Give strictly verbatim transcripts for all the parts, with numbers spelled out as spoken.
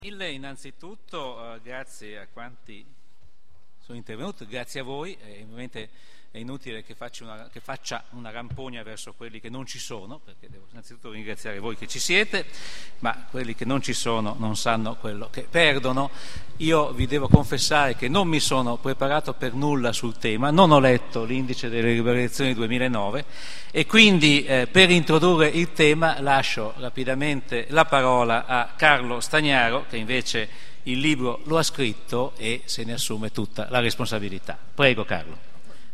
Mille innanzitutto, eh, grazie a quanti sono intervenuti, grazie a voi. Eh, ovviamente è inutile che faccia, una, che faccia una rampogna verso quelli che non ci sono, perché devo innanzitutto ringraziare voi che ci siete, ma quelli che non ci sono non sanno quello che perdono. Io vi devo confessare che non mi sono preparato per nulla sul tema, non ho letto l'indice delle liberalizzazioni duemilanove e quindi eh, per introdurre il tema lascio rapidamente la parola a Carlo Stagnaro, che invece il libro lo ha scritto e se ne assume tutta la responsabilità. Prego Carlo.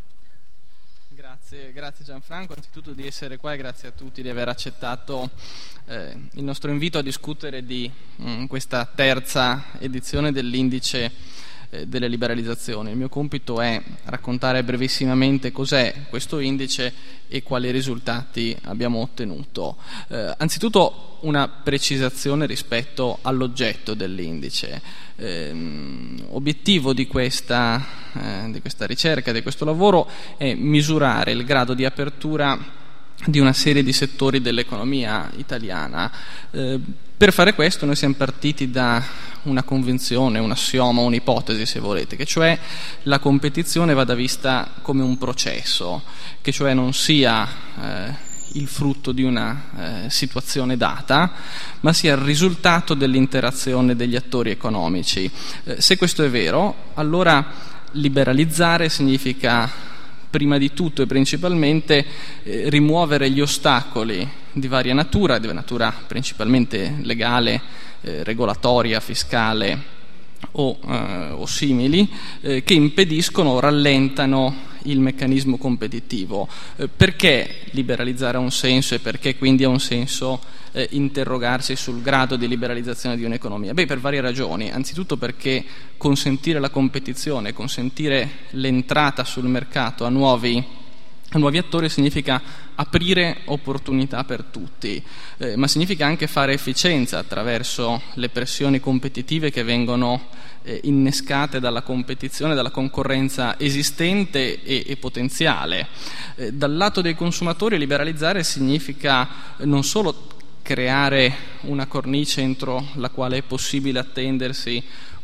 Grazie, grazie Gianfranco, anzitutto di essere qua e grazie a tutti di aver accettato eh, il nostro invito a discutere di mh, questa terza edizione dell'indice eh, delle liberalizzazioni. Il mio compito è raccontare brevissimamente cos'è questo indice e quali risultati abbiamo ottenuto. Eh, anzitutto una precisazione rispetto all'oggetto dell'indice. Eh, obiettivo di questa, eh, di questa ricerca, di questo lavoro, è misurare il grado di apertura di una serie di settori dell'economia italiana. Eh, per fare questo noi siamo partiti da una convinzione, un assioma, un'ipotesi se volete, che cioè la competizione vada vista come un processo, che cioè non sia eh, il frutto di una eh, situazione data, ma sia il risultato dell'interazione degli attori economici. Eh, se questo è vero, allora liberalizzare significa prima di tutto e principalmente eh, rimuovere gli ostacoli di varia natura, di natura principalmente legale, eh, regolatoria, fiscale o, eh, o simili, eh, che impediscono o rallentano il meccanismo competitivo. Eh, perché liberalizzare ha un senso e perché quindi ha un senso eh, interrogarsi sul grado di liberalizzazione di un'economia? Beh, per varie ragioni. Anzitutto perché consentire la competizione, consentire l'entrata sul mercato a nuovi, a nuovi attori significa aprire opportunità per tutti, eh, ma significa anche fare efficienza attraverso le pressioni competitive che vengono eh, innescate dalla competizione, dalla concorrenza esistente e, e potenziale. Eh, dal lato dei consumatori liberalizzare significa non solo creare una cornice entro la quale è possibile attendersi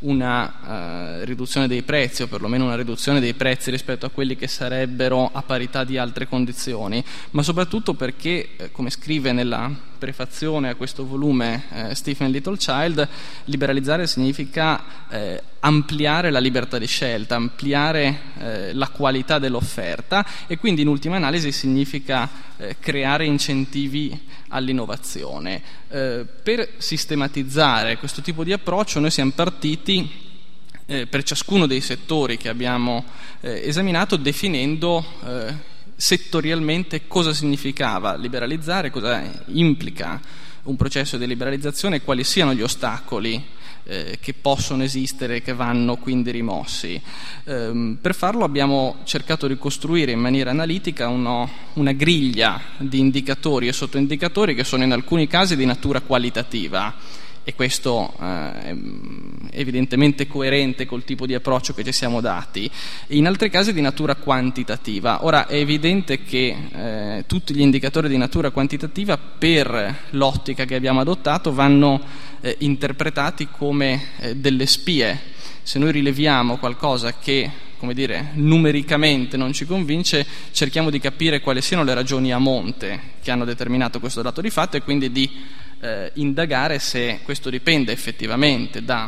una uh, riduzione dei prezzi, o perlomeno una riduzione dei prezzi rispetto a quelli che sarebbero a parità di altre condizioni, ma soprattutto perché, eh, come scrive nella prefazione a questo volume eh, Stephen Littlechild, liberalizzare significa eh, ampliare la libertà di scelta, ampliare eh, la qualità dell'offerta e quindi in ultima analisi significa eh, creare incentivi all'innovazione. Eh, per sistematizzare questo tipo di approccio noi siamo partiti eh, per ciascuno dei settori che abbiamo eh, esaminato definendo eh, settorialmente cosa significava liberalizzare, cosa implica un processo di liberalizzazione e quali siano gli ostacoli eh, che possono esistere e che vanno quindi rimossi. Eh, per farlo abbiamo cercato di costruire in maniera analitica uno, una griglia di indicatori e sottoindicatori che sono in alcuni casi di natura qualitativa, e questo eh, è evidentemente coerente col tipo di approccio che ci siamo dati, in altri casi di natura quantitativa. Ora è evidente che eh, tutti gli indicatori di natura quantitativa per l'ottica che abbiamo adottato vanno eh, interpretati come eh, delle spie. Se noi rileviamo qualcosa che, come dire, numericamente non ci convince, cerchiamo di capire quali siano le ragioni a monte che hanno determinato questo dato di fatto e quindi di Eh, indagare se questo dipende effettivamente da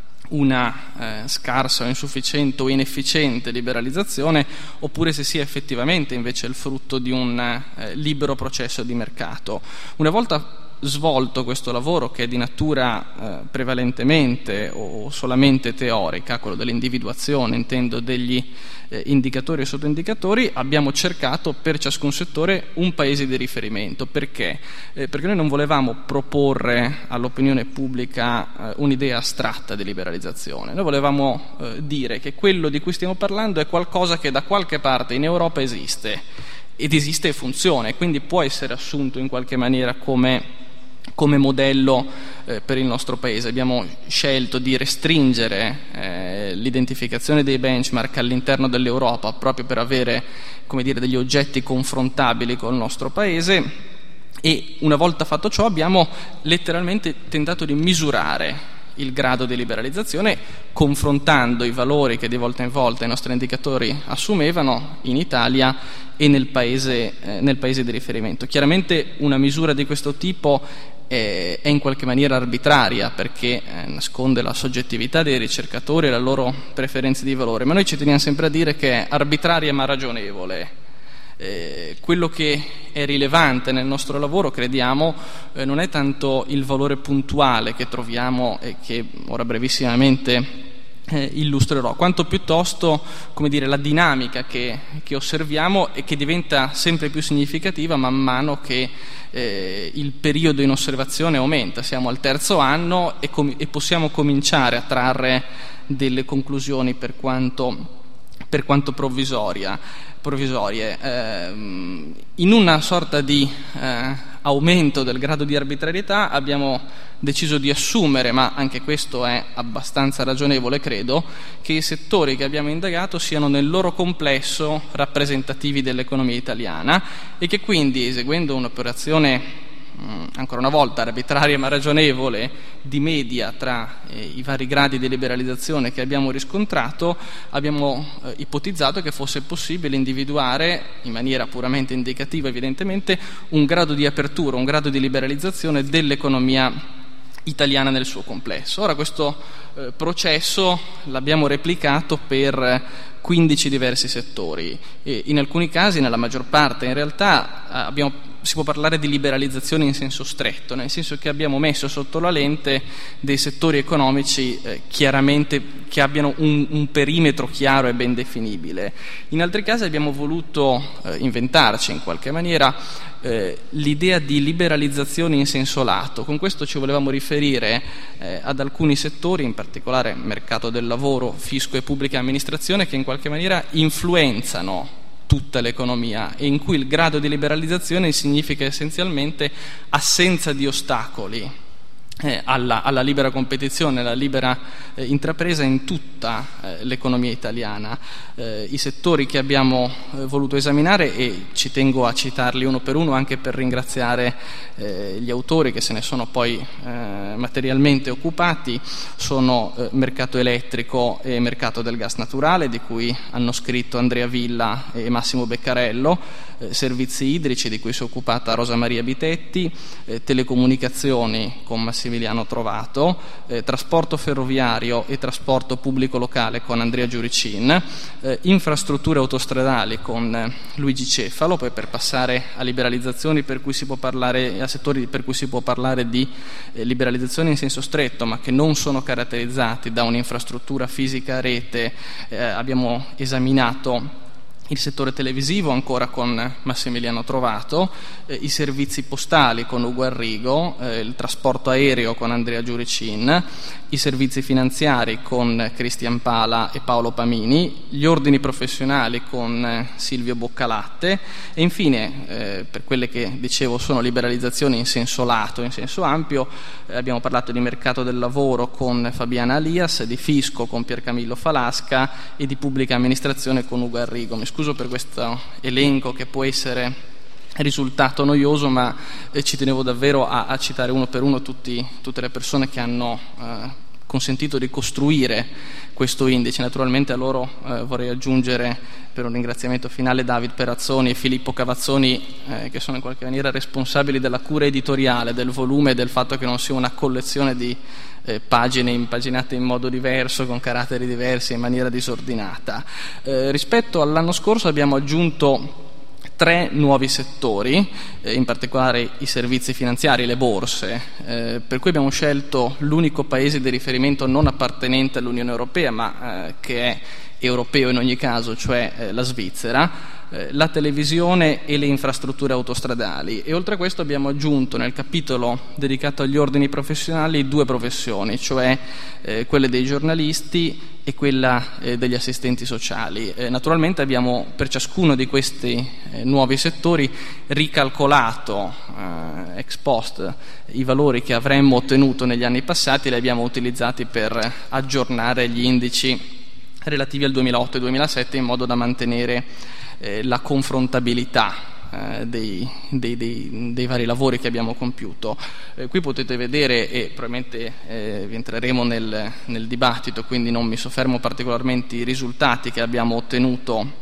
una eh, scarsa o insufficiente o inefficiente liberalizzazione oppure se sia effettivamente invece il frutto di un eh, libero processo di mercato. Una volta svolto questo lavoro, che è di natura eh, prevalentemente o solamente teorica, quello dell'individuazione, intendo degli eh, indicatori e sottoindicatori, abbiamo cercato per ciascun settore un paese di riferimento. Perché? Eh, perché noi non volevamo proporre all'opinione pubblica eh, un'idea astratta di liberalizzazione, noi volevamo eh, dire che quello di cui stiamo parlando è qualcosa che da qualche parte in Europa esiste ed esiste e funziona e quindi può essere assunto in qualche maniera come come modello eh, per il nostro paese. Abbiamo scelto di restringere eh, l'identificazione dei benchmark all'interno dell'Europa proprio per avere, come dire, degli oggetti confrontabili col nostro paese e una volta fatto ciò abbiamo letteralmente tentato di misurare il grado di liberalizzazione, confrontando i valori che di volta in volta i nostri indicatori assumevano in Italia e nel paese, eh, nel paese di riferimento. Chiaramente una misura di questo tipo è in qualche maniera arbitraria, perché eh, nasconde la soggettività dei ricercatori e le loro preferenze di valore, ma noi ci teniamo sempre a dire che è arbitraria ma ragionevole. Eh, quello che è rilevante nel nostro lavoro, crediamo, eh, non è tanto il valore puntuale che troviamo e che ora brevissimamente Eh, illustrerò, quanto piuttosto, come dire, la dinamica che, che osserviamo e che diventa sempre più significativa man mano che eh, il periodo in osservazione aumenta. Siamo al terzo anno e, com- e possiamo cominciare a trarre delle conclusioni per quanto, per quanto provvisoria, provvisorie. Eh, in una sorta di eh, aumento del grado di arbitrarietà abbiamo deciso di assumere, ma anche questo è abbastanza ragionevole, credo, che i settori che abbiamo indagato siano nel loro complesso rappresentativi dell'economia italiana e che quindi, eseguendo un'operazione ancora una volta arbitraria ma ragionevole di media tra eh, i vari gradi di liberalizzazione che abbiamo riscontrato, abbiamo eh, ipotizzato che fosse possibile individuare in maniera puramente indicativa evidentemente un grado di apertura, un grado di liberalizzazione dell'economia italiana nel suo complesso. Ora questo eh, processo l'abbiamo replicato per quindici diversi settori e in alcuni casi, nella maggior parte in realtà, abbiamo si può parlare di liberalizzazione in senso stretto, nel senso che abbiamo messo sotto la lente dei settori economici eh, chiaramente che abbiano un, un perimetro chiaro e ben definibile. In altri casi abbiamo voluto eh, inventarci in qualche maniera eh, l'idea di liberalizzazione in senso lato. Con questo ci volevamo riferire eh, ad alcuni settori, in particolare mercato del lavoro, fisco e pubblica amministrazione, che in qualche maniera influenzano tutta l'economia e in cui il grado di liberalizzazione significa essenzialmente assenza di ostacoli eh, alla, alla libera competizione, alla libera eh, intrapresa in tutta eh, l'economia italiana. Eh, I settori che abbiamo eh, voluto esaminare, e ci tengo a citarli uno per uno anche per ringraziare eh, gli autori che se ne sono poi eh, materialmente occupati, sono eh, mercato elettrico e mercato del gas naturale, di cui hanno scritto Andrea Villa e Massimo Beccarello, eh, servizi idrici, di cui si è occupata Rosa Maria Bitetti, eh, telecomunicazioni con Massimiliano Trovato, eh, trasporto ferroviario e trasporto pubblico locale con Andrea Giuricin, eh, infrastrutture autostradali con eh, Luigi Cefalo, poi per passare a liberalizzazioni per cui si può parlare, a settori per cui si può parlare di eh, liberalizzazione in senso stretto, ma che non sono caratterizzati da un'infrastruttura fisica a rete. Eh, abbiamo esaminato il settore televisivo ancora con Massimiliano Trovato, eh, i servizi postali con Ugo Arrigo, eh, il trasporto aereo con Andrea Giuricin, i servizi finanziari con Cristian Pala e Paolo Pamini, gli ordini professionali con eh, Silvio Boccalatte e infine, eh, per quelle che dicevo sono liberalizzazioni in senso lato, in senso ampio, eh, abbiamo parlato di mercato del lavoro con Fabiana Alias, di fisco con Piercamillo Falasca e di pubblica amministrazione con Ugo Arrigo. Mi scuso per questo elenco che può essere risultato noioso, ma eh, ci tenevo davvero a, a citare uno per uno tutti, tutte le persone che hanno eh, consentito di costruire questo indice. Naturalmente a loro eh, vorrei aggiungere per un ringraziamento finale David Perazzoni e Filippo Cavazzoni, eh, che sono in qualche maniera responsabili della cura editoriale del volume e del fatto che non sia una collezione di eh, pagine impaginate in modo diverso, con caratteri diversi, in maniera disordinata. Eh, rispetto all'anno scorso abbiamo aggiunto tre nuovi settori, eh, in particolare i servizi finanziari, le borse, eh, per cui abbiamo scelto l'unico paese di riferimento non appartenente all'Unione Europea, ma eh, che è europeo in ogni caso, cioè eh, la Svizzera, eh, la televisione e le infrastrutture autostradali. E oltre a questo abbiamo aggiunto nel capitolo dedicato agli ordini professionali due professioni, cioè eh, quelle dei giornalisti e quella eh, degli assistenti sociali. Eh, naturalmente abbiamo per ciascuno di questi eh, nuovi settori ricalcolato eh, ex post i valori che avremmo ottenuto negli anni passati e li abbiamo utilizzati per aggiornare gli indici relativi al duemilaotto e duemilasette in modo da mantenere eh, la confrontabilità eh, dei, dei, dei, dei vari lavori che abbiamo compiuto. Eh, qui potete vedere, e probabilmente eh, vi entreremo nel, nel dibattito, quindi non mi soffermo particolarmente i risultati che abbiamo ottenuto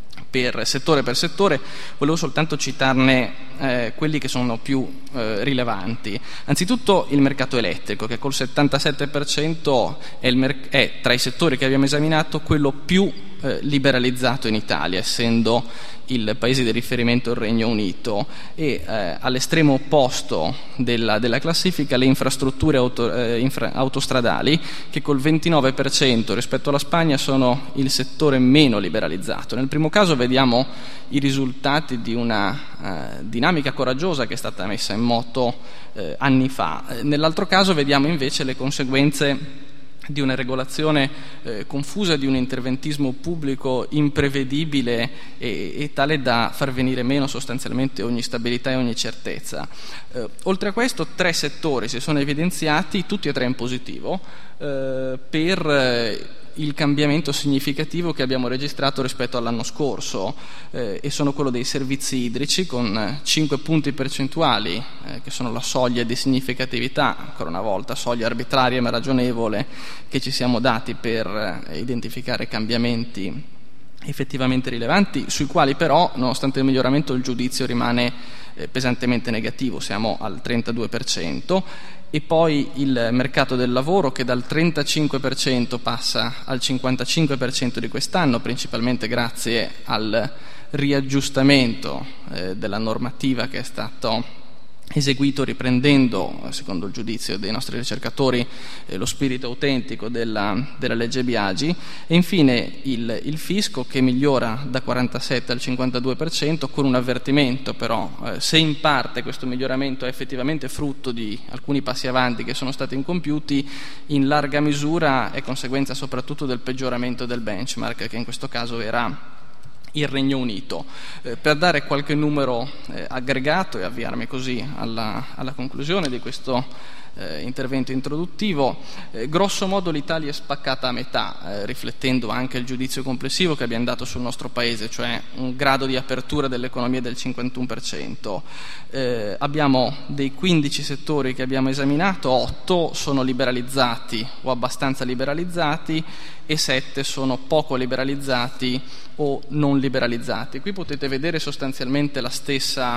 per settore per settore, volevo soltanto citarne eh, quelli che sono più eh, rilevanti. Anzitutto il mercato elettrico, che col settantasette per cento è, il mer- è tra i settori che abbiamo esaminato quello più eh, liberalizzato in Italia, essendo il paese di riferimento il Regno Unito, e eh, all'estremo opposto della, della classifica le infrastrutture auto, eh, infra, autostradali, che col ventinove per cento rispetto alla Spagna sono il settore meno liberalizzato. Nel primo caso vediamo i risultati di una eh, dinamica coraggiosa che è stata messa in moto eh, anni fa. Nell'altro caso vediamo invece le conseguenze di una regolazione eh, confusa, di un interventismo pubblico imprevedibile e, e tale da far venire meno sostanzialmente ogni stabilità e ogni certezza. Eh, oltre a questo, tre settori si sono evidenziati, tutti e tre in positivo, eh, per eh, il cambiamento significativo che abbiamo registrato rispetto all'anno scorso, eh, e sono quello dei servizi idrici, con cinque punti percentuali, eh, che sono la soglia di significatività, ancora una volta soglia arbitraria ma ragionevole, che ci siamo dati per eh, identificare cambiamenti effettivamente rilevanti, sui quali però, nonostante il miglioramento, il giudizio rimane eh, pesantemente negativo, siamo al trentadue per cento. E poi il mercato del lavoro, che dal trentacinque per cento passa al cinquantacinque per cento di quest'anno, principalmente grazie al riaggiustamento eh, della normativa che è stato eseguito riprendendo, secondo il giudizio dei nostri ricercatori, eh, lo spirito autentico della, della legge Biagi. E infine il, il fisco, che migliora da quarantasette al cinquantadue per cento, con un avvertimento però: eh, se in parte questo miglioramento è effettivamente frutto di alcuni passi avanti che sono stati incompiuti, in larga misura è conseguenza soprattutto del peggioramento del benchmark, che in questo caso era il Regno Unito. Eh, per dare qualche numero eh, aggregato e avviarmi così alla, alla conclusione di questo eh, intervento introduttivo, eh, grosso modo l'Italia è spaccata a metà, eh, riflettendo anche il giudizio complessivo che abbiamo dato sul nostro Paese, cioè un grado di apertura dell'economia del cinquantuno per cento. Eh, abbiamo dei quindici settori che abbiamo esaminato, otto sono liberalizzati o abbastanza liberalizzati e sette sono poco liberalizzati o non liberalizzati. Qui potete vedere sostanzialmente la stessa,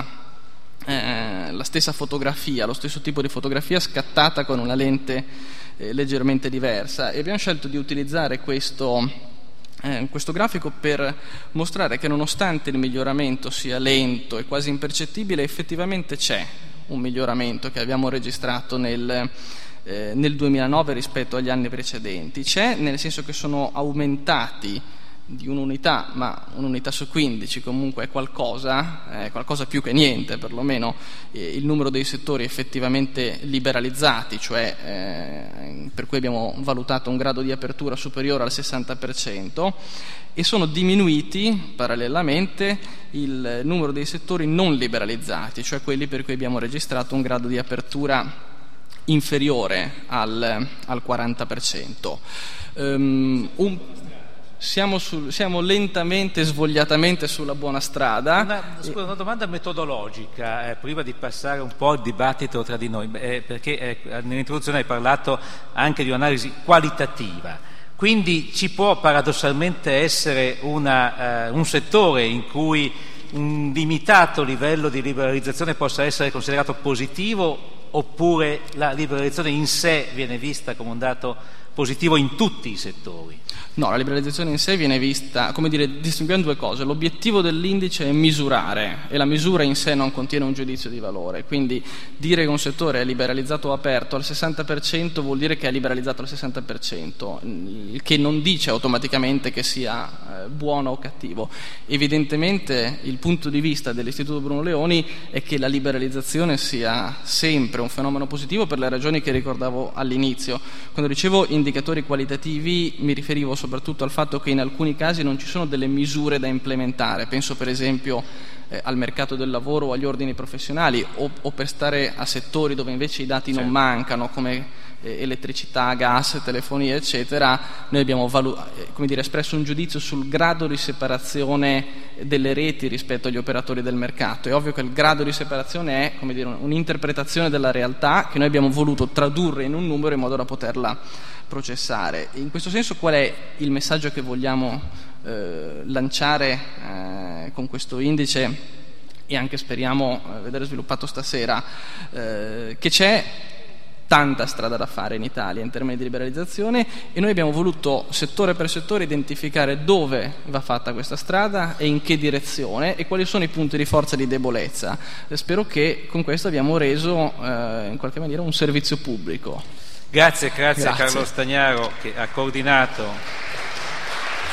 eh, la stessa fotografia, lo stesso tipo di fotografia scattata con una lente eh, leggermente diversa, e abbiamo scelto di utilizzare questo, eh, questo grafico per mostrare che, nonostante il miglioramento sia lento e quasi impercettibile, effettivamente c'è un miglioramento che abbiamo registrato nel eh, nel duemilanove rispetto agli anni precedenti. C'è nel senso che sono aumentati di un'unità, ma un'unità su quindici comunque è qualcosa, è qualcosa più che niente, perlomeno eh, il numero dei settori effettivamente liberalizzati, cioè eh, per cui abbiamo valutato un grado di apertura superiore al sessanta per cento, e sono diminuiti parallelamente il numero dei settori non liberalizzati, cioè quelli per cui abbiamo registrato un grado di apertura inferiore al, al quaranta per cento. Um, un, siamo, sul, siamo lentamente, svogliatamente sulla buona strada. Una, scusa, una domanda metodologica, eh, prima di passare un po' il dibattito tra di noi, eh, perché eh, nell'introduzione hai parlato anche di un'analisi qualitativa. Quindi ci può paradossalmente essere una, uh, un settore in cui un limitato livello di liberalizzazione possa essere considerato positivo, oppure la liberalizzazione in sé viene vista come un dato positivo in tutti i settori? No, la liberalizzazione in sé viene vista, come dire, distinguiamo due cose. L'obiettivo dell'indice è misurare, e la misura in sé non contiene un giudizio di valore. Quindi dire che un settore è liberalizzato o aperto al sessanta per cento vuol dire che è liberalizzato al sessanta per cento, il che non dice automaticamente che sia eh, buono o cattivo. Evidentemente il punto di vista dell'Istituto Bruno Leoni è che la liberalizzazione sia sempre un fenomeno positivo, per le ragioni che ricordavo all'inizio. Quando dicevo indicatori qualitativi mi riferivo soprattutto al fatto che in alcuni casi non ci sono delle misure da implementare. Penso per esempio eh, al mercato del lavoro o agli ordini professionali, o, o per stare a settori dove invece i dati certo. non mancano, come eh, elettricità, gas, telefonia, eccetera, noi abbiamo valu- eh, come dire, espresso un giudizio sul grado di separazione delle reti rispetto agli operatori del mercato. È ovvio che il grado di separazione è, come dire, un'interpretazione della realtà che noi abbiamo voluto tradurre in un numero in modo da poterla processare. In questo senso, qual è il messaggio che vogliamo eh, lanciare eh, con questo indice e anche speriamo eh, vedere sviluppato stasera? Eh, che c'è tanta strada da fare in Italia in termini di liberalizzazione e noi abbiamo voluto settore per settore identificare dove va fatta questa strada e in che direzione e quali sono i punti di forza e di debolezza. E spero che con questo abbiamo reso eh, in qualche maniera un servizio pubblico. Grazie, grazie, grazie. a Carlo Stagnaro che ha coordinato